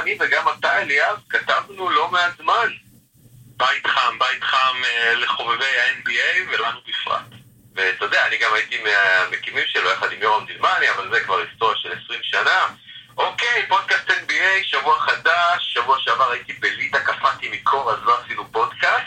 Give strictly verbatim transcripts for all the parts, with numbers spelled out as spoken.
אני וגם אתה אליאב כתבנו לא מעט זמן. בית חם, בית חם לחובבי ה-אן בי איי ולנו בפרט. ואתה יודע, אני גם הייתי מהמקימים שלו יחד עם יורם דילמני, אבל זה כבר היסטוריה של עשרים שנה. אוקיי, פודקאסט אן בי איי, שבוע חדש, שבוע שעבר הייתי בליטא, קפאתי מקור, אז לא עשינו פודקאסט.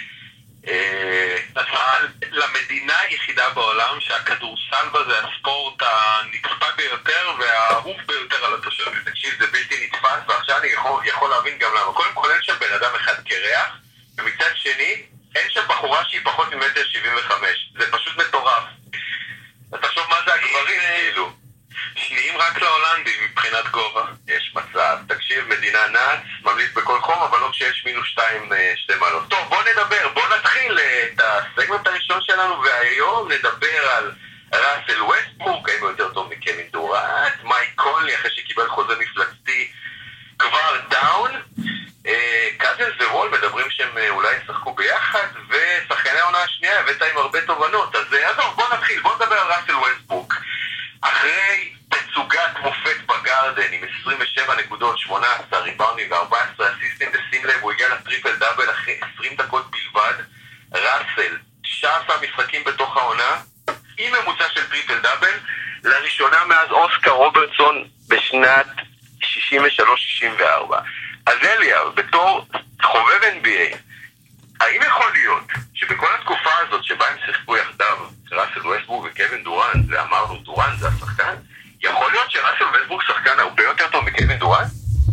אבל למדינה היחידה בעולם שהכדורסל בה זה הספורט הנצפה ביותר והאהוב ביותר על התושבים. תקשיב, זה בלתי נתפס, ועכשיו אני יכול, יכול להבין גם למה. קודם כל אין שם בן אדם אחד קרח, ומצד שני, אין שם בחורה שהיא פחות ממטר שבעים וחמש. זה פשוט מטורף. אתה חושב מה זה הגברים כאילו? שניים רק להולנדים מבחינת גובה. יש מצב. תקשיב, מדינה נאץ, ממליץ בכל חום, אבל לא כשיש מינוס שתיים שתי מעלות. טוב, בוא נדבר, בוא נתחיל את הסגמנט הראשון שלנו, והיום נדבר על ראסל ווסטברוק, האם הוא יותר טוב מקווין דורנט, מייק קונלי אחרי שקיבל חוזה מפלצתי כבר דאון, קזינס ווול מדברים שהם אולי ישחקו ביחד, ושחקני העונה השנייה הבאת עם הרבה תובנות. אז עזוב, בוא נתחיל, בוא נדבר על ראסל ווסטברוק. אחרי תצוגת מופת בגארדן עם עשרים ושבע נקודות, שמונה עשרה ריבאונדים ו-ארבע עשרה אסיסטים, ושים לב, הוא הגיע לטריפל דאבל אחרי עשרים דקות בלבד. ראסל, תשעה עשר משחקים בתוך העונה, עם ממוצע של טריפל דאבל, לראשונה מאז אוסקר רוברטסון בשנת שישים ושלוש שישים וארבע. אז אליה, בתור חובב אן בי איי, האם יכול להיות שבכל התקופה הזאת שבה הם שיחקו יחדיו, ראסל ווסטברוק וקווין דורנט, זה אמרנו דורנט זה השחקן, יכול להיות שראסל ווסטברוק שחקן הרבה יותר טוב מקווין דורנט?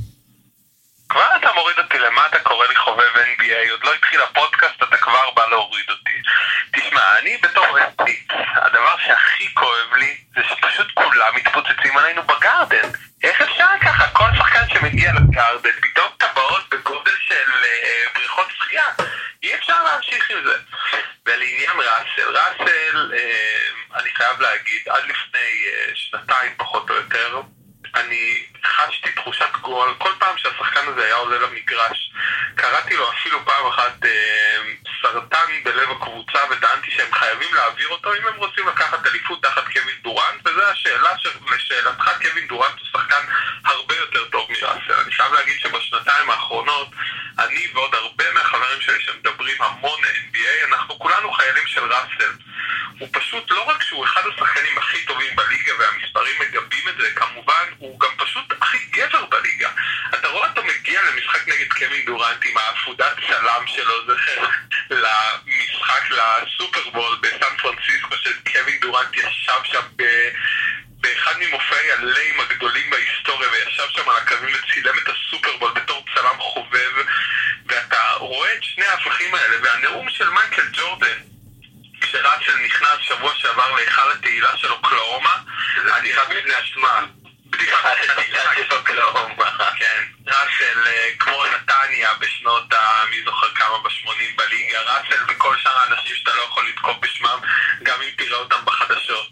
כבר אתה מוריד אותי למה אתה קורא לי חובב אן בי איי, עוד לא התחיל הפודקאסט, אתה כבר בא להוריד אותי. תשמע, אני בתור אן בי איי, הדבר שהכי כואב לי זה שפשוט כולם מתפוצצים עלינו בגארדן. איך אפשר ככה? כל שחקן שמגיע לגארדן, פתאום טבעות בגודל של uh, בריכות שחייה. אי אפשר להמשיך עם זה. ולעניין ראסל, ראסל, uh, אני חייב להגיד, עד לפני uh, שנתיים פחות או יותר, אני חשתי תחושת גול, כל פעם שהשחקן הזה היה עולה למגרש, קראתי לו אפילו פעם אחת אה, סרטן בלב הקבוצה, וטענתי שהם חייבים להעביר אותו אם הם רוצים לקחת אליפות תחת קווין דורנט, וזו השאלה לשאלתך, קווין דורנט הוא שחקן הרבה יותר טוב מראסל. אני חייב להגיד שבשנתיים האחרונות, אני ועוד הרבה מהחברים שלי שמדברים המון אן בי איי, אנחנו כולנו חיילים של ראסל. הוא פשוט לא רק שהוא אחד השחקנים הכי טובים בליגה, והמספרים מגבים את זה, כמובן הוא גם פשוט הכי גבר בליגה. אתה רואה אותו מגיע למשחק נגד קווין דורנט עם העפודת צלם שלו, זכר למשחק לסופרבול בסן פרנסיסקו, שקווין דורנט ישב שם ב... באחד ממופעי הליים הגדולים בהיסטוריה, וישב שם על הקווים וצילם את הסופרבול בתור צלם חובב, ואתה רואה את שני ההפכים האלה, והנאום של מייקל ג'ורדן כשראסל נכנס שבוע שעבר להיכל התהילה של אוקלאומה, זה בדיחה בפני עצמה. בדיחה התהילה של אוקלאומה, כן. ראסל כמו נתניה בשנות מי זוכר כמה בשמונים בליגה, ראסל וכל שאר האנשים שאתה לא יכול לתקוף בשמם, גם אם תראה אותם בחדשות.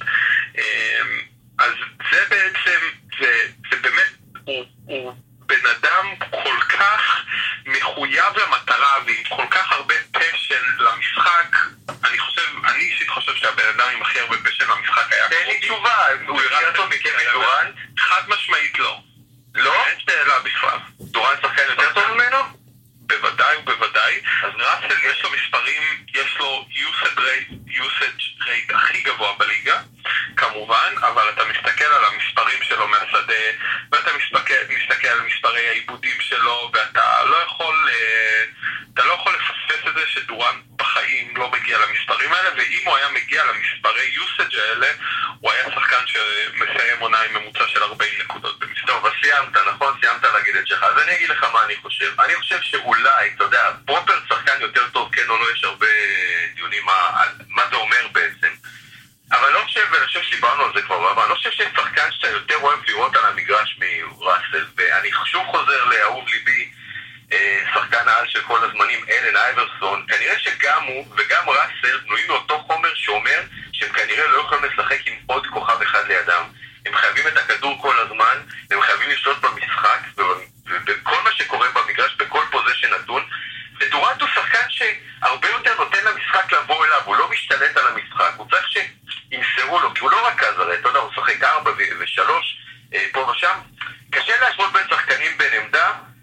אז זה בעצם, זה, זה באמת, הוא, הוא בן אדם כל כך מחויב למטרה ועם כל כך הרבה פשן למשחק. אני חושב, אני אישית חושב שהבן אדם עם הכי הרבה פשן למשחק היה תן לי תשובה, הוא יותר טוב מקווין דורנט? חד משמעית לא. לא? אין שאלה בכלל. דורנט שחקן יותר טוב ממנו? בוודאי ובוודאי. אז ראסל יש לו מספרים, יש לו usage rate, usage rate הכי גבוה בליגה, כמובן, אבל אתה מסתכל על המספרים שלו מהשדה, ואתה מסתכל, מסתכל על מספרי העיבודים שלו, ואתה לא יכול, אתה לא יכול לפספס את זה שדורנט בחיים לא מגיע למספרים האלה, ואם הוא היה מגיע למספרי usage האלה, הוא היה שחקן שמסיים עונה עם ממוצע של ארבעים נקודות במספר. טוב, אז סיימת, נכון? סיימת להגיד את שלך. אז אני אגיד לך מה אני חושב. אני חושב שאולי, אתה יודע, פרופר שחקן יותר טוב, כן או לא, יש הרבה דיונים מה, מה זה אומר בעצם. אבל אני לא חושב, ואני חושב שדיברנו על זה כבר, אבל אני לא חושב שיש שחקן שאתה יותר אוהב לראות על המגרש מראסל, ואני שוב חוזר לאהוב ליבי, שחקן העל של כל הזמנים, אלן אייברסון. כנראה שגם הוא וגם ראסל בנויים מאותו חומר שאומר שהם כנראה לא יכולים לשחק עם עוד כוכב אחד לידם. הם חייבים את הכדור כל הזמן, הם חייבים לשלוט במשחק ובכל מה שקורה במגרש, בכל פוזיישן נתון. ודורנט הוא שחקן שהרבה יותר נותן למשחק לבוא אליו, הוא לא משתלט על המשחק, הוא צריך שימסרו לו, כי הוא לא רק כזה, הרי אתה יודע, הוא שחק ארבע ושלוש פה ושם. קשה להשוות בין שחקנים בין עמדה,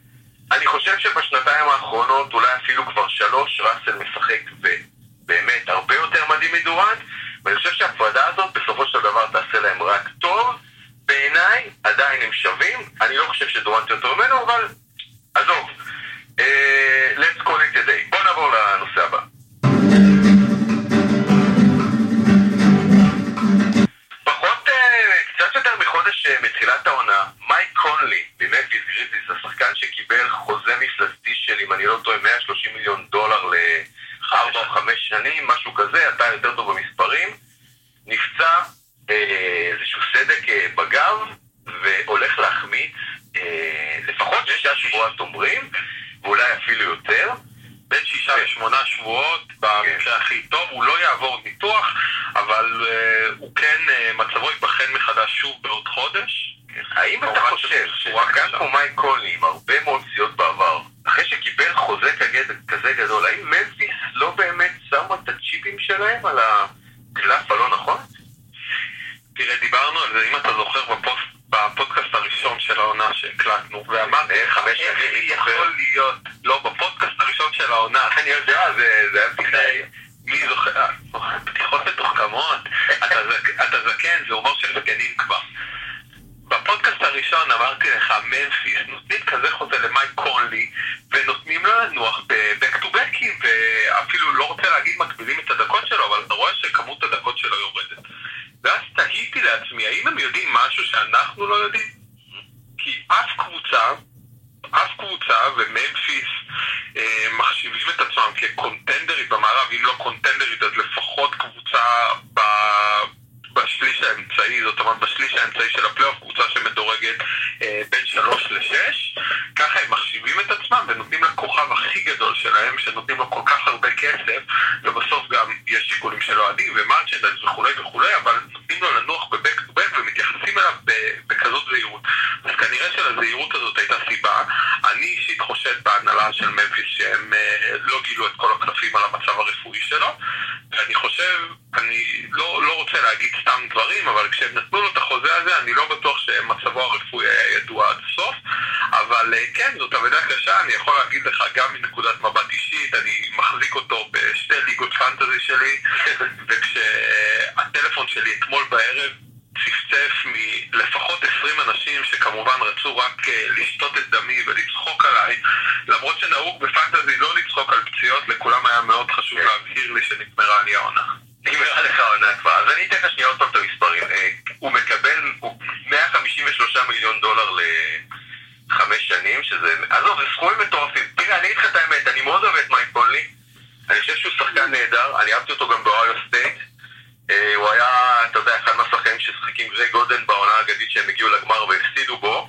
דורנט, ואני חושב שההפרדה הזאת בסופו של דבר תעשה להם רק טוב. בעיניי עדיין הם שווים, אני לא חושב שדורנט יותר ממנו, אבל עזוב. uh, let's call it a day. בוא נעבור לנושא הבא. פחות, uh, קצת יותר מחודש uh, מתחילת העונה, מייק קונלי ממפיס גריזליס, השחקן שקיבל חוזה מפלצתי של, אם אני לא טועה, מאה ושלושים מיליון דולר ל-ארבע או חמש שנים, משהו כזה, אתה יותר טוב במספרים, נפצע איזשהו סדק בגב והולך להחמיץ לפחות שישה שבועות אומרים, ואולי אפילו יותר, בין שישה לשמונה שבועות במקרה הכי טוב. הוא לא יעבור ניתוח, אבל הוא כן מצבו ייבחן מחדש שוב בעוד חודש. האם אתה חושב ששחקן כמו מייק קונלי עם הרבה מאוד פציעות בעבר, אחרי שקיבל חוזה כזה גדול, האם ממפיס לא באמת שמו את הצ'יפים שלהם על הקלף הלא נכון? תראה, דיברנו על זה, אם אתה זוכר בפוסט, בפודקאסט הראשון של העונה שהקלטנו, ואמרת חמש איך יכול להיות, לא, בפודקאסט הראשון של העונה, אני יודע, זה היה בדיחה. מי זוכר, פתיחות מתוחכמות, אתה זקן, זה אומר שזקנים כבר. בפודקאסט הראשון אמרתי לך, ממפיס נותנים כזה חוזה למייק קונלי, ונותנים לו לנוח ב-back to back'ים, ואפילו לא רוצה להגיד מקבילים את הדקות שלו, אבל אתה רואה שכמות הדקות שלו יורדת. ואז תהיתי לעצמי, האם הם יודעים משהו שאנחנו לא יודעים? כי אף קבוצה, אף קבוצה וממפיס אה, מחשיבים את עצמם כקונטנדרית במערב, אם לא קונטנדרית אז לפחות קבוצה ב... בשליש האמצעי, זאת אומרת בשליש האמצעי של הפלייאוף, קבוצה שמדורגת אה, בין שלוש לשש, ככה הם מחשיבים את עצמם ונותנים לכוכב הכי גדול שלהם, שנותנים לו כל כך הרבה כסף, ובסוף גם יש שיקולים של אוהדים ומרצ'נדייז וכולי וכולי, אבל נותנים לו לנוח בבק טו בק ומתייחסים אליו בכזאת זהירות. אז כנראה שלזהירות הזאת הייתה סיבה. אני אישית חושד בהנהלה של ממפיס שהם אה, לא גילו את כל הקלפים על המצב הרפואי שלו, ואני חושב, אני לא, לא רוצה להגיד סתם דברים, אבל כשהם נתנו לו את החוזה הזה, אני לא בטוח שמצבו הרפואי היה ידוע עד סוף, אבל כן, זאת עבודה קשה. אני יכול להגיד לך גם מנקודת מבט אישית, אני מחזיק אותו בשתי ליגות פנטזי שלי, וכשהטלפון שלי אתמול בערב צפצף מלפחות עשרים אנשים שכמובן רצו רק לשתות את דמי ולצחוק עליי, למרות שנהוג בפנטזי לא לצחוק על פציעות, לכולם היה מאוד חשוב להבהיר לי שנגמרה לי העונה. נגמרה לך העונה כבר, אז אני אתן לך שנייה עוד פעם את המספרים. הוא מקבל מאה חמישים ושלושה מיליון דולר לחמש שנים, שזה, עזוב, זה סכומים מטורפים. תראה, אני אגיד לך את האמת, אני מאוד אוהב את מייק קונלי, אני חושב שהוא שחקן נהדר, אני אהבתי אותו גם באוהיו סטייט, הוא היה, אתה יודע, אחד מהשחקנים ששחקים גרי גודן בעונה האגדית שהם הגיעו לגמר והפסידו בו,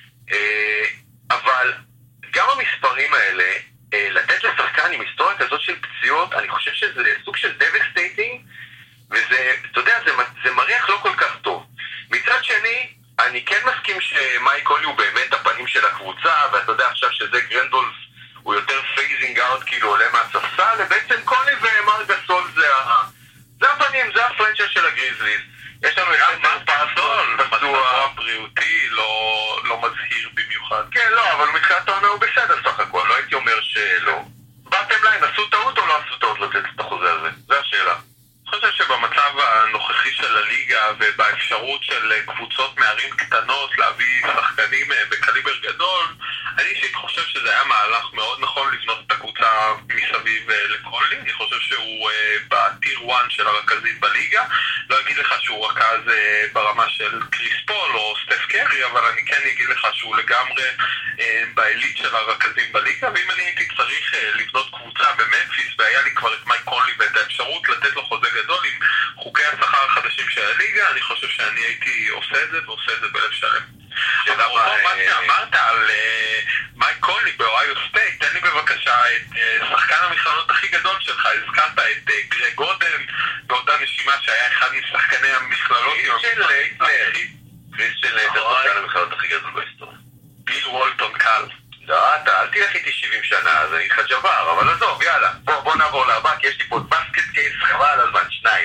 אבל גם המספרים האלה, לתת לשחקן עם היסטוריה כזאת של פציעות, אני חושב שזה סוג של devastating, וזה, אתה יודע, זה, זה מריח לא כל כך טוב. מצד שני, אני כן מסכים שמייק קונלי הוא באמת הפנים של הקבוצה, ואתה יודע עכשיו שזה גרנדולף הוא יותר phasing out, כאילו עולה מהספסל, ובעצם קונלי ומר גסול זה, ה... זה הפנים, זה הפרנצ'ה של הגריזליז. יש לנו את פרסון, מצבו הבריאותי לא, לא מזהיר במיוחד. כן, לא, אבל מתחילת העונה הוא בסדר סך הכל, לא הייתי אומר שלא. באתם ליין, עשו טעות או לא עשו טעות לתת את החוזה הזה? זו השאלה. אני חושב שבמצב הנוכחי של הליגה ובאפשרות של קבוצות מערים קטנות להביא שחקנים בקליבר גדול, אני אישית חושב שזה היה מהלך מאוד נכון לבנות את הקבוצה מסביב לקונלי. אני חושב שהוא בטיר אחת של הרכזים בליגה, לא אגיד לך שהוא רכז ברמה של קריס פול או סטף קרי, אבל אני כן אגיד לך שהוא לגמרי בעילית של הרכזים בליגה. ואם אני הייתי צריך לבנות קבוצה בממפיס והיה לי כבר את מייק קונלי ואת האפשרות לתת לו חוזה גדול עם חוקי השכר החדשים של הליגה, אני חושב שאני הייתי עושה את זה ועושה את זה בלב שלם. אפרופו מה שאמרת על מייק קונלי באוהיו סטייט, תן לי בבקשה את שחקן המכללות הכי גדול שלך. הזכרת את גרי גודן באותה נשימה שהיה אחד משחקני המכללות של לייטלר, של לייטלר, שחקן המכללות הכי גדול בהיסטוריה. ביל וולטון קל. לא, אתה אל תלך איתי שבעים שנה, אז אני איתך ג'בר, אבל עזוב, יאללה, בוא, בוא נעבור להבא, כי יש לי פה את בסקט קייס, חבל על הזמן, שניים.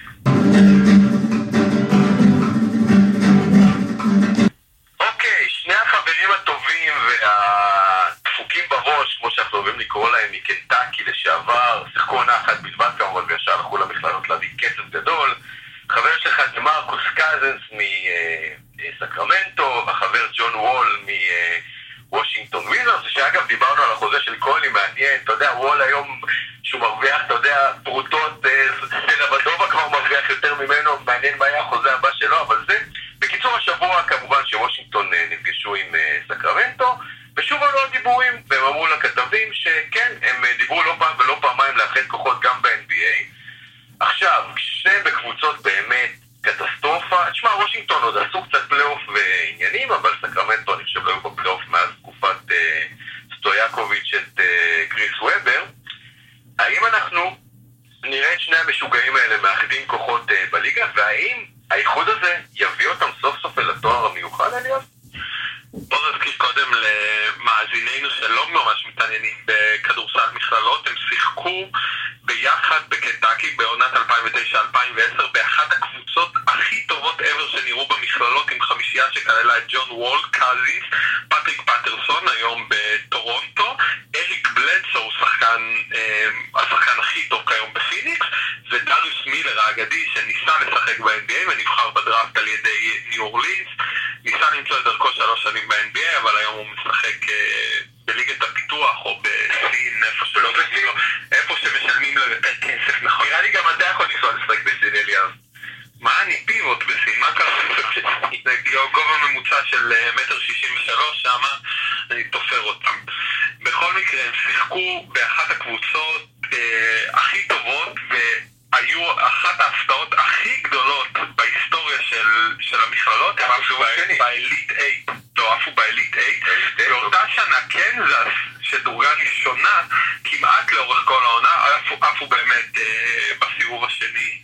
אוקיי, שני החברים הטובים והדפוקים בראש, כמו שאנחנו אוהבים לקרוא להם, מקנטקי לשעבר, שיחקו עונה אחת בלבד כמובן, וישר הלכו למכללות להביא כסף. ומאחדים כוחות בליגה, והאם האיחוד הזה יביא אותם סוף סוף אל התואר המיוחד, אליאב? בוא נזכיר קודם למאזינינו שלא ממש מתעניינים בכדורסל מכללות, הם שיחקו ביחד בקנטקי בעונת אלפיים ותשע אלפיים ועשר באחת הקבוצות הכי טובות ever שנראו במכללות, עם חמישייה שכללה את ג'ון וול, קזיס, פטריק פטרסון היום בטורונטו, אריק בלדסו הוא שחקן, אה, השחקן הכי טוב כיום בפיניקס, ודריוס מילר האגדי שניסה לשחק ב-אן בי איי ונבחר בדראפט על ידי ניו אורלינס, ניסה למצוא את דרכו שלוש שנים ב-אן בי איי, אבל היום הוא משחק אה, בליגת הפיתוח או בסין, איפה שלא בסין, איפה שמשלמים לו יותר כסף, נכון? נראה לי גם אתה יכול לנסוע לשחק בסין, אליאב. מה אני פיבוט בסין? מה קרה? גובה ממוצע של מטר שישים ושלוש, שם אני תופר אותם. בכל מקרה, הם שיחקו באחת הקבוצות אה, הכי טובות, והיו אחת ההפתעות הכי גדולות בהיסטוריה של, של המכללות, הם עפו באליט אייט, לא עפו באליט אייט, באותה שנה קנזס, שדורגה ראשונה, כמעט לאורך כל העונה, עפו, עפו באמת אה, בסיבוב השני.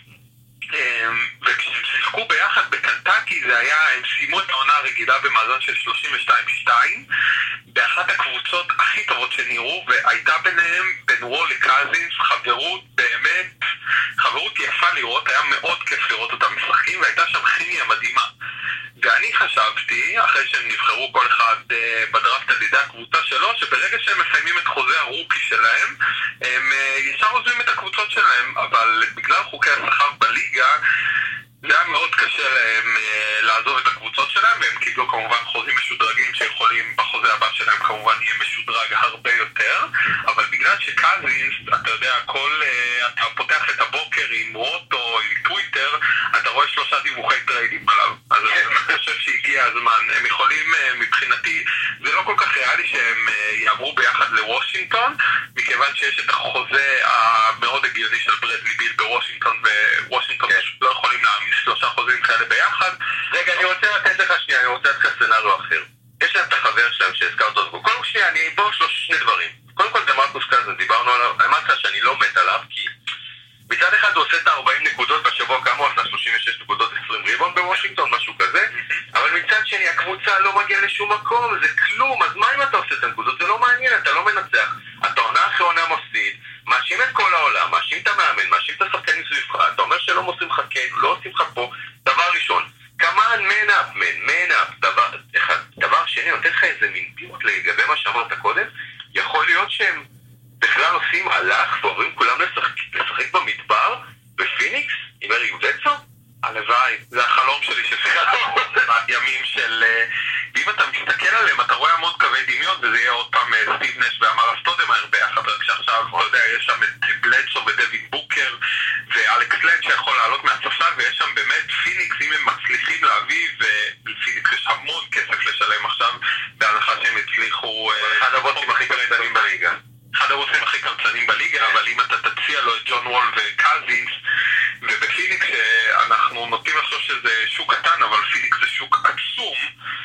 וכשהם שיחקו ביחד בקנטקי זה היה, הם סיימו את העונה הרגילה במאזן של שלושים ושתיים שתיים באחת הקבוצות הכי טובות שנראו, והייתה ביניהם, בין וול לקזינס, חברות באמת, חברות יפה לראות, היה מאוד כיף לראות אותם משחקים, והייתה שם כימיה מדהימה. ואני חשבתי, אחרי שהם נבחרו כל אחד בדראפט על ידי הקבוצה שלו, שברגע שהם מסיימים את חוזה הרוקי שלהם, הם ישר עוזבים את הקבוצות שלהם, אבל בגלל חוקי השכר בליגה, זה היה מאוד קשה להם לעזוב את הקבוצות שלהם, והם קיבלו כמובן חוזים משודרגים שיכולים, בחוזה הבא שלהם כמובן יהיה משודרג הרבה יותר, אבל בגלל שקזינס, אתה יודע, כל, אתה פותח את הבוקר עם רוטו, עם טוויטר, אתה רואה שלושה דיווחי טריידים עליו, אז אני חושב שהגיע הזמן, הם יכולים מבחינתי, זה לא כל כך ריאלי שהם יעברו ביחד לוושינגטון, מכיוון שיש את החוזה המאוד הגיוני של ברדלי ביל בוושינגטון, ווושינגטון לא יכולים להעמיס שלושה חוזים כאלה ביחד. רגע, אני רוצה לתת לך שנייה, אני רוצה לתת לך סנאריו אחר. יש להם את החבר שלהם שהזכרת אותו. קודם כל שנייה, אני פה שלוש שני דברים. קודם כל, דמרקוס קזינס, דיברנו עליו, אמרת שאני לא מת עליו, כי מצד אחד הוא עושה את ה-ארבעים נקודות בשבוע, כמה הוא עשה? שלושים ושש נקודות עשרים ריבון בוושינגטון, משהו כזה, אבל מצד שני, הקבוצה לא מגיעה לשום מקום, זה כלום, אז מה אם אתה עושה את הנקודות? זה לא מעניין, אתה לא מנצח. אתה עונה אחרי עונה מפסיד, מאשים את כל העולם, מאשים את המאמן, מאשים את השחקנים סביבך, אתה אומר שלא עושים לך כן, לא עושים לך פה. דבר ראשון, כמובן, man up, man, man up, דבר, אחד, דבר שני, נותן לך איזה מין פירוט לגבי מה שאמרת קודם, יכול להיות שהם בכלל עושים הלך ועוברים כולם לשחק, לשחק במדבר, בפיניקס, עם אריק בלדסו? הלוואי, זה החלום שלי ששיחקתי בימים של... ואם אתה מסתכל עליהם, אתה רואה המון קווי דמיון, וזה יהיה עוד פעם סטיב נש ואמר סטודמאייר ביחד, רק שעכשיו, אתה יודע, יש שם את בלדסו ודווין בוקר ואלכס לנד שיכול לעלות מהספסל, ויש שם באמת פיניקס, אם הם מצליחים להביא, ולפיניקס יש המון כסף לשלם עכשיו, בהנחה שהם הצליחו... אחד הבוסים הכי קרצנים בליגה. אחד הבוסים הכי קרצנים בליגה, אבל אם אתה תציע לו את ג'ון וול וקזינס, ובפיניקס אנחנו נוטים לחשוב שזה שוק קטן, אבל פיניקס זה שוק עצום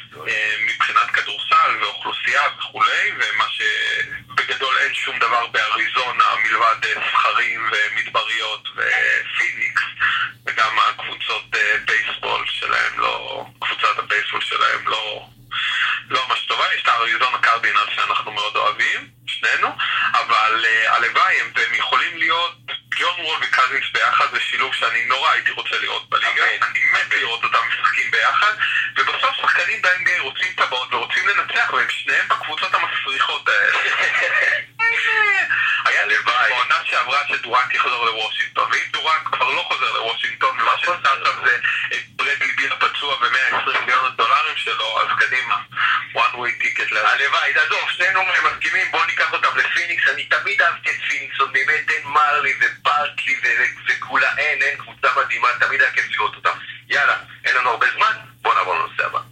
מבחינת כדורסל ואוכלוסייה וכולי, ומה שבגדול אין שום דבר באריזונה מלבד סחרים ומדבריות ופיניקס, וגם הקבוצות בייסבול שלהם לא, קבוצת הבייסבול שלהם לא לא ממש טובה. יש את האריזונה קרדינל שאנחנו מאוד אוהבים, שנינו, אבל הלוואי הם, והם יכולים להיות ג'ון וול וקזינס ביחד, זה שילוב שאני נורא הייתי רוצה לראות בליגה, אני מת לראות אותם משחקים ביחד, ובסוף שחקנים ב-אן בי איי רוצים טבעות ורוצים לנצח, והם שניהם בקבוצות המסריחות האלה. היה לוואי בעונה שעברה שדורנט יחזור לוושינגטון, ואם דורנט כבר לא חוזר לוושינגטון, ומה שעשה עכשיו זה את ברדלי ביל הפצוע ב-מאה ועשרים מיליון דולרים שלו, אז קדימה, one way ticket לזה. הלוואי, תעזוב, שנינו מסכימים, בואו ניקח אותם לפיניקס, אני תמיד אהבתי את פיניקס, עוד באמת אין מרלי וברקלי וכולה, אין, אין קבוצה מדהימה, תמיד היה כיף לראות אותם. יאללה, אין לנו הרבה זמן, בואו נעבור לנושא הבא.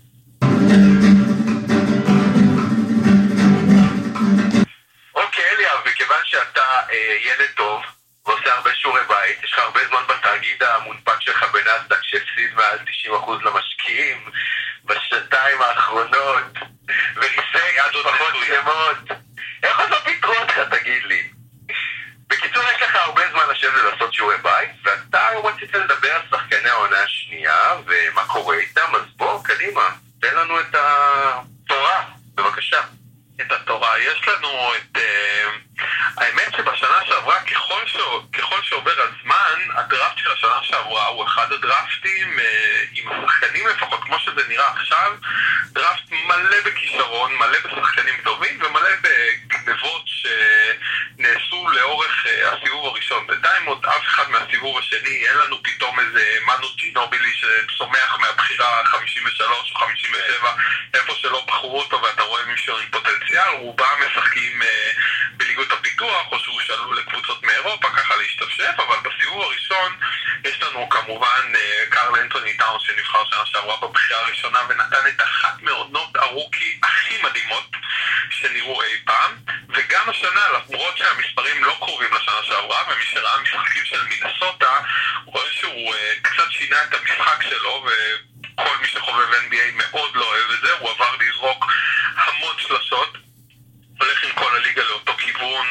אוקיי, אליאב, וכיוון שאתה אה, ילד טוב ועושה הרבה שיעורי בית, יש לך הרבה זמן בתאגיד המונפק שלך בנאסד"ק שהפסיד מעל תשעים אחוז למשקיעים בשנתיים האחרונות, וריסק עד פחות שמות. איך עוד לא פיתרו אותך, תגיד לי? בקיצור, יש לך הרבה זמן לשבת ולעשות שיעורי בית, ואתה היום רצית לדבר על שחקני העונה השנייה, ומה קורה איתם, אז בוא, קדימה, תן לנו את התורה, בבקשה. את התורה, יש לנו את... Uh, האמת שבשנה שעברה, ככל, ש... ככל שעובר הזמן, הדראפט של השנה שעברה הוא אחד הדראפטים uh, עם השחקנים לפחות, כמו שזה נראה עכשיו, דראפט מלא בכישרון, מלא בשחקנים טובים ומלא בגנבות שנעשו לאורך uh, הסיבוב הראשון. בינתיים עוד אף אחד מהסיבוב השני, אין לנו פתאום איזה מנו ג'ינובילי שצומח מהבחירה חמישים ושלוש או חמישים ושבע, איפה שלא בחרו אותו ואתה רואה מישהו עם פוטנציאל, רובם משחקים uh, בליגות הפיתוח או שהוא שאלו לקבוצות מאירופה ככה להשתפשף, אבל בסיבוב הראשון יש לנו כמובן uh, קרל אנטוני טאונס שנבחר שנה שעברה בבחירה הראשונה ונתן את אחת מעונות הרוקי הכי מדהימות שנראו אי פעם, וגם השנה למרות שהמספרים לא קרובים לשנה שעברה, ומי שראה המשחקים של מינסוטה רואה שהוא uh, קצת שינה את המשחק שלו, וכל מי שחובב אן בי איי מאוד לא אוהב את זה, הוא עבר לזרוק המון שלשות, הולך עם כל הליגה לאותו כיוון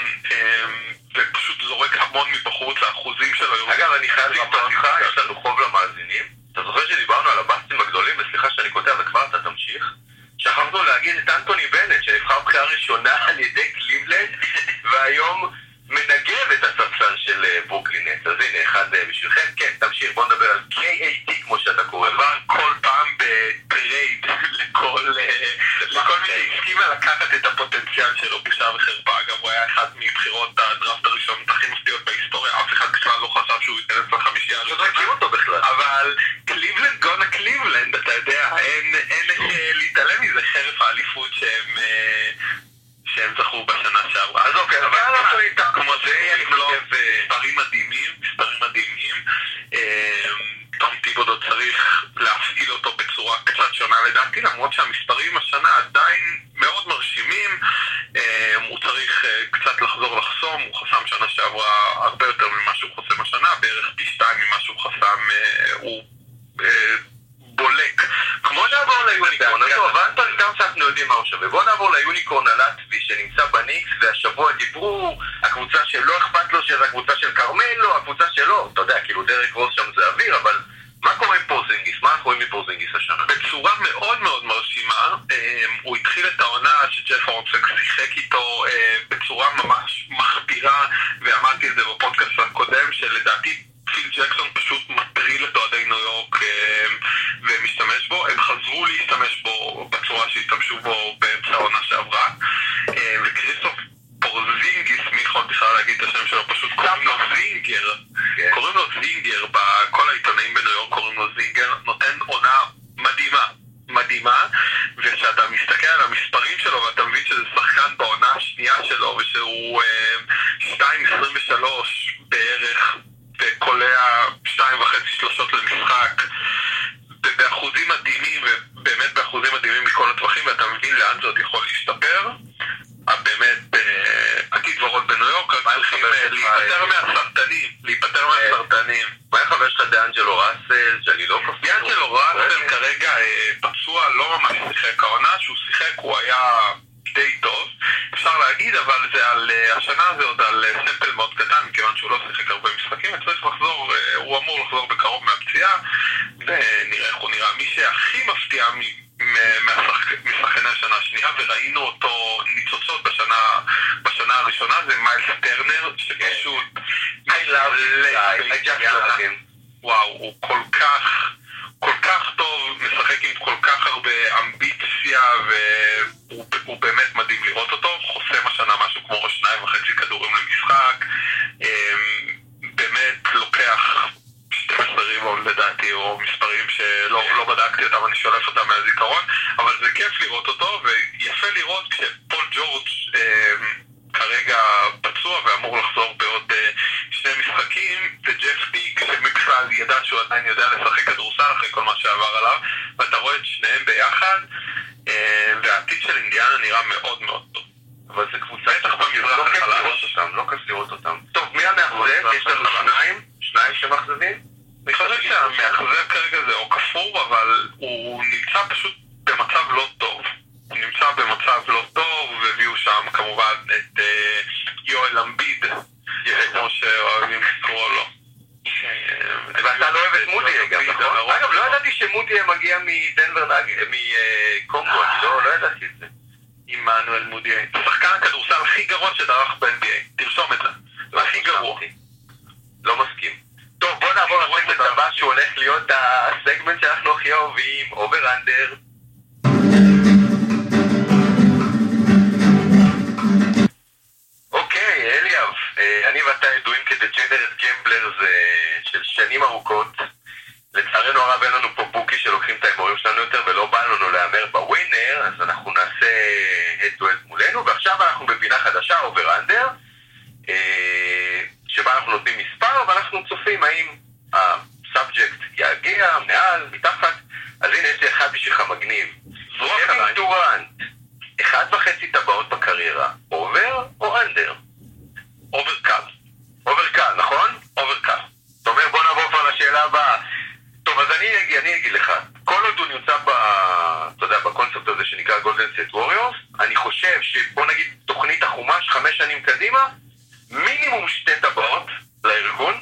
ופשוט זורק המון מבחוץ, האחוזים שלו. אגב, אני חייב לספר לך, יש לנו חוב למאזינים. אתה זוכר שדיברנו על הבאסטים הגדולים, וסליחה שאני כותב וכבר אתה תמשיך, שכחנו להגיד את אנטוני בנט שנבחר בחירה ראשונה על ידי קליבלנד והיום מנגב את הספסל של ברוקלין נטס. אז הנה אחד בשבילכם. כן, תמשיך, בוא נדבר על קיי איי טי כמו שאתה קורא, כל פעם בטרייד לכל לכל מי שהסכימה לקחת את הפוטנציאל שלו, בושה וחרפה. אגב, הוא היה אחד מבחירות הדראפט הראשון הכי מפתיעות בהיסטוריה, אף אחד בכלל לא חשב שהוא ייתן את החמישייה, לא מכיר אותו בכלל. אבל קליבלנד גונה קליבלנד, אתה יודע, אין איך להתעלם מזה, חרף האליפות שהם שהם זכו בשנה שעברה. אז אוקיי, אבל לא איתה כמו זה, מספרים מדהימים, מספרים מדהימים. תום טיבודו צריך להפעיל אותו בצורה קצת שונה לדעתי, למרות שהמספרים השנה עדיין מאוד מרשימים. הוא צריך קצת לחזור לחסום, הוא חסם שנה שעברה הרבה יותר ממה שהוא חוסם השנה, בערך פי שתיים ממה שהוא חסם, הוא בולק. כמו נעבור ליוניקורן, אבל גם שאנחנו יודעים מה הוא שווה. בוא נעבור ליוניקורן הלטבי שנמצא בניקס, והשבוע דיברו, הקבוצה שלא אכפת לו שזה הקבוצה של קרמלו, הקבוצה שלו, אתה יודע, כאילו דרק רוס שם זה אוויר, אבל מה קורה עם פורזינגיס? מה אנחנו רואים מפורזינגיס השנה? בצורה מאוד מאוד מרשימה, הוא התחיל את העונה שג'ף הורנפלד שיחק איתו בצורה ממש מחפירה, ואמרתי את זה בפודקאסט הקודם, שלדעתי פיל ג'קסון פשוט מטריל את אוהדי ניו יורק ומשתמש בו. הם חזרו להשתמש בו בצורה שהשתמשו בו באמצע העונה שעברה, וכריסטוף פורזינגיס, מי יכול בכלל להגיד את השם שלו, פשוט קוראים לו זינגר, קוראים לו זינגר, בכל העיתונאים בניו יורק קוראים לו זינגר, נותן עונה מדהימה, מדהימה, וכשאתה מסתכל על המספרים שלו ואתה מבין שזה שחקן בעונה השנייה שלו ושהוא שתיים עשרים ושלוש בערך וקולע שתיים וחצי שלושות למשחק באחוזים מדהימים, ובאמת באחוזים מדהימים מכל הטווחים, ואתה מבין לאן זאת יכול להשתפר. באמת עתיד ורוד בניו יורק צריכים להיפטר מהסרטנים, להיפטר מהסרטנים. מה החבר שלך דאנג'לו ראסל, ג'לילו קופי? דאנג'לו ראסל כרגע פצוע, לא ממש שיחק העונה, שהוא שיחק הוא היה די טוב, אפשר להגיד, אבל זה על השנה הזה עוד על סמפל מאוד קטן, מכיוון שהוא לא שיחק הרבה משחקים, וצריך לחזור, הוא אמור לחזור בקרוב מהפציעה, ונראה איך הוא נראה. מי שהכי מפתיע משחקני השנה השנייה, וראינו אותו ניצוצות בשנה, בשנה הראשונה, זה מיילס טרנר, שפשוט I love it, I just love him. וואו, הוא כל כך כל כך טוב, משחק עם כל כך הרבה אמביציה, והוא באמת מדהים לראות אותו. חוסם השנה משהו כמו שניים וחצי כדורים למשחק, באמת לוקח שתים עשרה ריבאונד לדעתי, או מספרים שלא לא בדקתי אותם, אני שולף אותם מהזיכרון, אבל זה כיף לראות אותו, ויפה לראות כשפול ג'ורג' כרגע פצוע ואמור לחזור בעוד שני משחקים, וג'ף פיק שמבכלל ידע שהוא עדיין יודע לשחק כדורסל אחרי כל מה שעבר עליו, ואתה רואה את שניהם ביחד, והעתיד של אינדיאנה נראה מאוד מאוד טוב. אבל זה קבוצה לא כיף לראות אותם, לא כיף לראות אותם. טוב, מי המאכזב? יש לנו שניים? שניים שמאכזבים? אני חושב שהמאכזב כרגע זה אוקפור, אבל הוא נמצא פשוט במצב לא טוב. הוא נמצא במצב לא טוב, והביאו שם כמובן את יואל אמביד, כמו שאוהבים לקרוא לו. מודי גם, נכון? אגב, לא ידעתי שמודי מגיע מדנבר מקונגו, אני לא ידעתי את זה. עמנואל מודי, שחקן הכדורסל הכי גרוע שדרך ב-אן בי איי, תרשום את זה, הכי גרוע. לא מסכים. טוב, בוא נעבור לסגמנט הבא שהולך להיות הסגמנט שאנחנו הכי אוהבים, אובר אנדר. אוקיי, אליאב, אני ואתה ידועים כדג'נרט גמבלרס של שנים ארוכות. לצערנו הרב אין לנו פה בוקי שלוקחים את ההימורים שלנו יותר ולא בא לנו להמר בווינר, אז אנחנו נעשה הד-טו-הד מולנו, ועכשיו אנחנו בפינה חדשה, אובר אנדר, שבה אנחנו נותנים מספר ואנחנו צופים האם הסאבג'קט יגיע, מעל, מתחת. אז הנה יש לי אחד בשבילך מגניב. קווין דורנט, אחד וחצי טבעות בקריירה, אובר או אנדר? אובר קל. אובר קל, נכון? אובר קל. זאת אומרת, בוא נעבור כבר לשאלה הבאה. טוב, אז אני אגיד, אני אגיד לך, כל עוד הוא נמצא ב, אתה יודע, בקונספט הזה שנקרא גולדן סטייט ווריורס, אני חושב שבוא נגיד תוכנית החומש חמש שנים קדימה, מינימום שתי טבעות לארגון,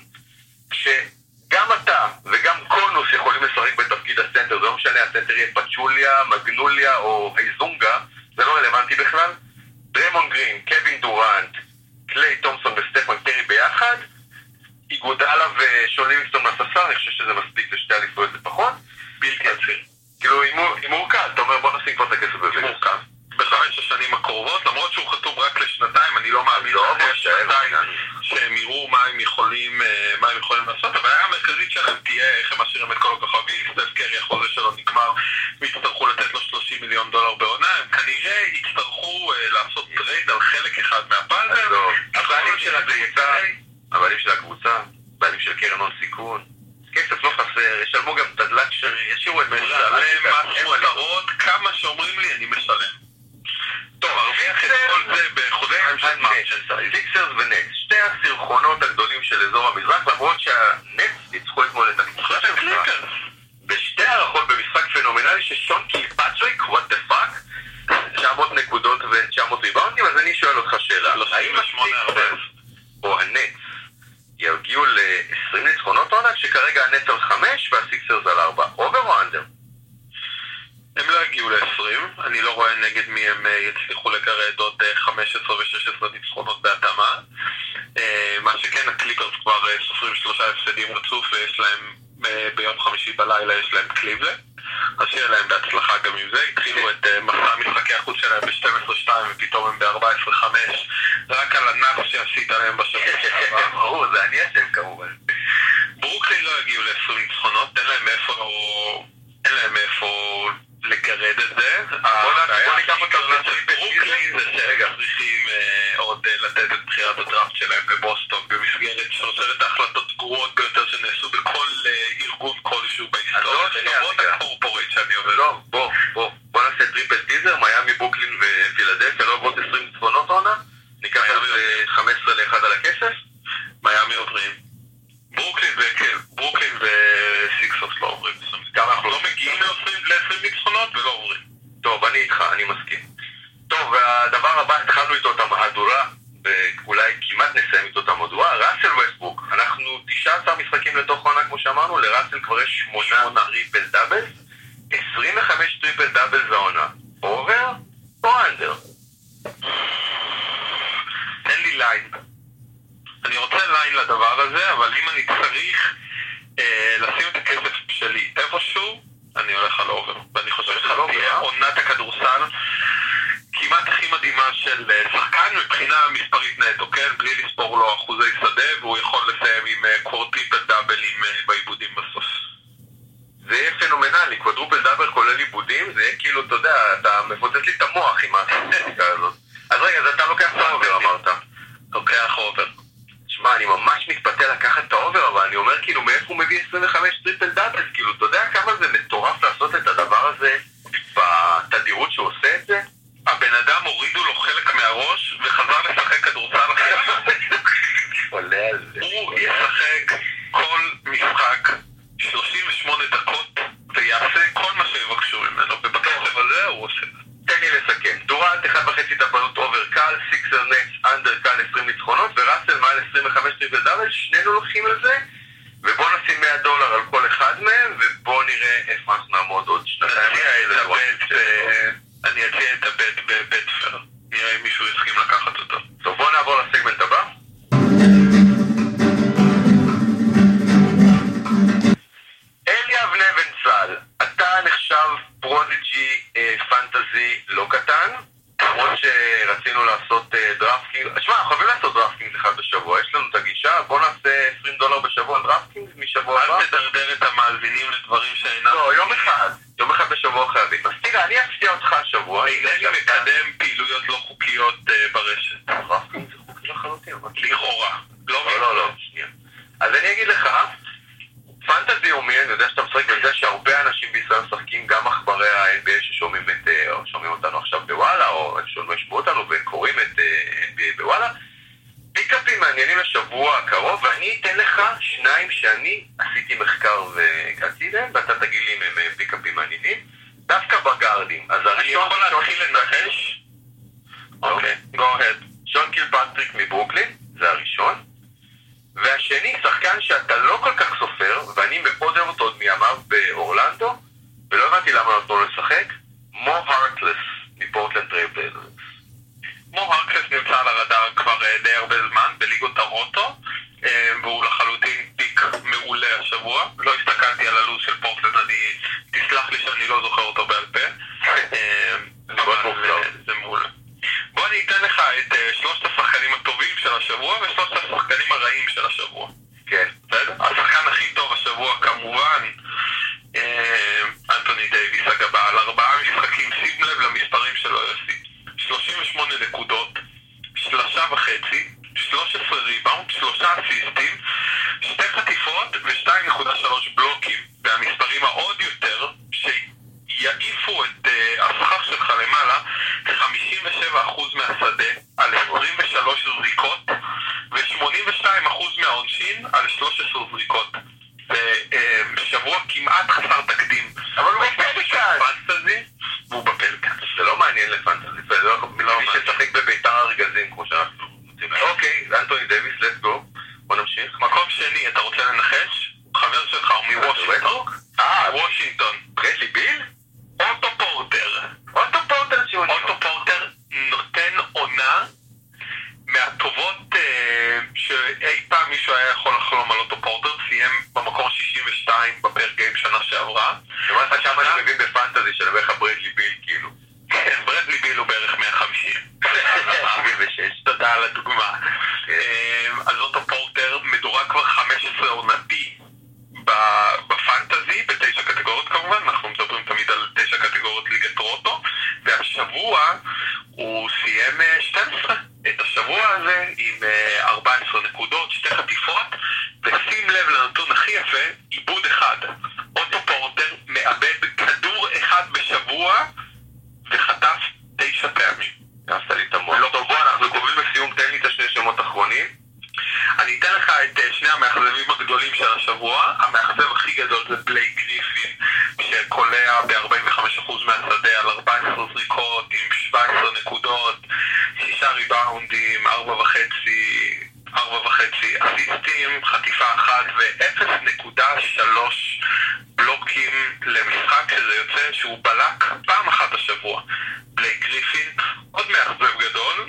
כשגם אתה וגם קונוס יכולים לשחק בתפקיד הסנטר, זה לא משנה, הסנטר יהיה פצ'וליה, מגנוליה או איזונגה, זה לא רלוונטי בכלל. דרמון גרין, קווין דורנט, קליי תומפסון וסטפן קרי ביחד, איגודלה ושון ליווינגסטון מהספסל, אני חושב שזה מספיק לשתי אליפויות לפחות. בלתי עציר. כאילו, הימור קל, אתה אומר בוא נשים כבר את הכסף בזה. הימור קל. בחמש השנים הקרובות, למרות שהוא חתום רק לשנתיים, אני לא מאמין שנתיים שהם יראו מה הם יכולים מה הם יכולים לעשות. הבעיה המרכזית שלהם תהיה איך הם משאירים את כל הכוכבים. סטף קרי, החוזה שלו נגמר, ויצטרכו לתת לו שלושים מיליון דולר בעונה. הם כנראה יצטרכו לעשות טרייד על חלק אחד מהפאזל. הבעלים של הקבוצה, הבעלים של הקבוצה, הבעלים של קרן הון סיכון, כסף לא חסר, ישלמו גם את הדלקשרי, ישירו את משלם מס מותרות, כמה שאומרים לי אני משלם. טוב, הרוויח את כל זה בחוזיים של מרצ'סטר. סיקסרס ונטס, שתי הסרחונות הגדולים של אזור המזרח, למרות שהנטס ניצחו אתמול את הקבוצה של המשחק. בשתי הערכות במשחק פנומנלי ששון קיפצ'ריק, what the fuck, תשע מאות נקודות ו-תשע מאות ריבאונדים, אז אני שואל אותך שאלה. האם הסיקסרס או הנטס יגיעו ל-עשרים ניצחונות עונה, שכרגע הנטס על חמש והסיקסרס על ארבע, אובר או אנדר? הם לא הגיעו ל-עשרים, אני לא רואה נגד מי הם יצליחו לגרד עוד חמש עשרה ו-שש עשרה ניצחונות בהתאמה. מה שכן, הקליפרס כבר סופרים שלושה הפסדים רצוף, ויש להם ביום חמישי בלילה יש להם קליבלנד, אז שיהיה להם בהצלחה גם עם זה. התחילו את מסע המשחקי החוץ שלהם ב-שתים עשרה שתיים ופתאום הם ב-ארבע עשרה חמש, רק על הנאף שעשית להם בשבוע שעבר. ברור, זה אני אשם כמובן. ברוקלין לא הגיעו ל-עשרים ניצחונות, אין להם מאיפה אין להם מאיפה לגרד את זה. בוא ניקח אותם ברוקלין זה שרגע צריכים עוד לתת את בחירת הדראפט שלהם בבוסטון במסגרת שרשרת ההחלטות גרועות ביותר שנעשו בכל ארגון כלשהו בהיסטוריה. למרות הקורפורט שאני אומר. לא, בוא, בוא, בוא נעשה טריפל טיזר, מיאמי, ברוקלין ופילדלפיה, לא עוברות עשרים ניצחונות עונה, ניקח את חמש עשרה לאחד על הכסף. מיאמי עוברים. ברוקלין וסיקסרס לא עוברים. גם אנחנו לא מגיעים ל-עשרים ניצחונות ולא עוברים. טוב, אני איתך, אני מסכים. טוב, והדבר הבא, התחלנו איתו את המהדורה, ואולי כמעט נסיים איתו את המהדורה, ראסל ווסטברוק. אנחנו תשעה עשר משחקים לתוך עונה, כמו שאמרנו, לראסל כבר יש שמונה טריפל דאבל, עשרים וחמש טריפל דאבל זה עונה. אובר או אנדר? תן לי ליין. אני רוצה ליין לדבר הזה, אבל אם אני צריך אה, לשים את הכסף שלי איפשהו, אני הולך על אובר. ואני חושב שזו תהיה עונת הכדורסל כמעט הכי מדהימה של שחקן מבחינה מספרית נטו, כן? בלי לספור לו אחוזי שדה, והוא יכול לסיים עם קוורטריפל דאבלים בעיבודים בסוף. זה יהיה פנומנלי, קוורטריפל דאבל כולל עיבודים, זה יהיה כאילו, אתה יודע, אתה מפוצץ לי את המוח עם הסטטיסטיקה הזאת. אז רגע, אז אתה לוקח את האובר, אמרת. לוקח אובר. שמע, אני ממש מתפתה לקחת את האובר, אבל אני אומר כאילו מאיפה הוא מביא עשרים וחמש טריפל דאבל, כאילו אתה יודע כמה זה מטורף לעשות את הדבר הזה בתדירות שהוא עושה את זה? הבן אדם הורידו לו חלק מהראש וחזר לשחק כדורסל אחר. עולה על זה. הוא ישחק כל משחק שלושים ושמונה דקות ויעשה כל מה שיבקשו ממנו, ובקצב הזה הוא עושה. תן לי לסכם, דורנט אחד להם, ואתה תגיד לי אם הם פיקאפים מעניינים. דווקא בגארדים. אז אני יכול להתחיל לנחש? אוקיי, go ahead. שון קילפטריק מברוקלין, זה הראשון. והשני, שחקן שאתה לא כל כך סופר, ואני מאוד אוהב אותו עוד מימיו באורלנדו, ולא הבנתי למה נתנו לשחק, מו הרקלס מפורטלנד טרייל בלייזרס. מו הרקלס נמצא על הרדאר כבר די הרבה זמן בליגות הרוטו, והוא לחלוטין פיק מעולה השבוע. לא הסתכלתי על הלו"ז של פורטלנד, אני תסלח לי שאני לא זוכר אותו בעל פה, אבל זה מעולה. בוא אני אתן לך את שלושת השחקנים הטובים של השבוע ושלושת השחקנים הרעים של השבוע. כן. השחקן הכי טוב השבוע כמובן אנטוני דייביס הגבה, על ארבעה משחקים, שים לב למספרים שלו יוסי, שלושים ושמונה נקודות, שלושה וחצי, שלושה עשר ריבאונד, שלושה אסיסטים, שתי חטיפות ו-שתיים נקודה שלוש בלוקים, והמספרים העוד יותר שיעיפו את uh, השכר שלך למעלה, חמישים ושבעה אחוז מהשדה על עשרים ושלוש זריקות ו-שמונים ושתיים אחוז מהעונשין על שלוש עשרה זריקות. בשבוע כמעט חסר תקדים. אבל הוא בפלקאס. פנטזי, והוא בפלקאס. זה לא מעניין לפנטזי, זה לא מי ששחק בביתר הרגזים כמו שאנחנו רוצים. אוקיי, אנטוני דייביס, let's go. בוא נמשיך. מקום שני, אתה רוצה לנחש? חבר שלך הוא מוושינגטון. אה, וושינגטון. ברדלי ביל? אוטו פורטר. אוטו פורטר ציוני. אוטו פורטר נותן עונה מהטובות שאי פעם מישהו היה יכול לחלום על אוטו פורטר, סיים במקום שישים ושתיים בפר גיים שנה שעברה. למעשה שם אני מבין בפנטזי של בערך ברדלי ביל כאילו. כן, ברדלי ביל הוא בערך מאה וחמישים. שבעים ושש. תודה על הדוגמה. אז אוטו פורטר מדורג כבר חמש עשרה עונתי בפנטזי, בתשע קטגוריות כמובן, אנחנו מדברים תמיד על תשע קטגוריות ליגת רוטו, והשבוע הוא סיים שתים עשרה את השבוע הזה עם ארבע עשרה נקודות, שתי חטיפות, ושים לב לנתון הכי יפה, עיבוד אחד. אוטו פורטר מאבד כדור אחד בשבוע וחטף תשע פעמים. עשת לי את המון. לא טוב, בוא, אנחנו קובעים בסיום, תן לי את השני שמות אחרונים. אני אתן לך את שני המאכזבים הגדולים של השבוע. המאכזב הכי גדול זה בלייק גריפין, שקולע ב-ארבעים וחמישה אחוז מהשדה על ארבע עשרה זריקות עם שבע עשרה נקודות, שישה ריבאונדים, ארבע וחצי ארבע וחצי אסיסטים, חטיפה אחת ו-אפס נקודה שלוש בלוקים למשחק, שזה יוצא שהוא בלק פעם אחת השבוע. בלייק גריפין, עוד מאכזב גדול,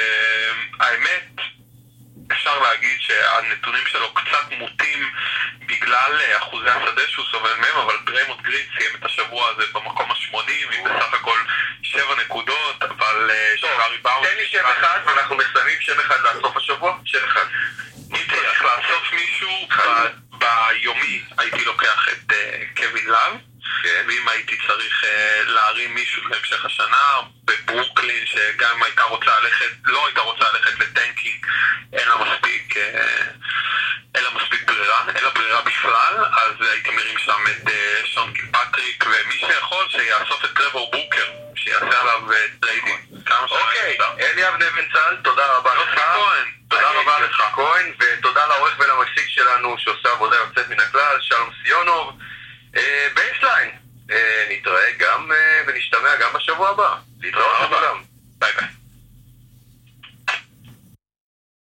שהאמת אפשר להגיד שהנתונים שלו קצת מוטים בגלל אחוזי השדה שהוא סובל מהם, אבל דריימונד גרין סיים את השבוע הזה במקום ה-שמונים, עם בסך הכל שבע נקודות, אבל שבע ריבאונד. תן לי שם אחד, ואנחנו מסיימים שם אחד לסוף השבוע. שם אחד. אם צריך לאסוף מישהו, ביומי הייתי לוקח את קווין לאב, ואם הייתי צריך להרים מישהו להמשך השנה, בברוקלין, שגם אם הייתה רוצה ללכת, לא הייתה רוצה ללכת לטנקינג, אין לה מספיק, אין לה מספיק ברירה, אין לה ברירה בכלל, אז הייתי מרים שם את שון קילפטריק, ומי שיכול שיאסוף את טרוור בוקר, שיעשה עליו טריידים. אוקיי, אליאב נבנצל, תודה רבה לך. תודה רבה לך. כהן, ותודה לעורך ולמפיק שלנו שעושה עבודה יוצאת מן הכלל, שלום סיונוב. בייסליין, נתראה גם ונשתמע גם בשבוע הבא. להתראות לכולם.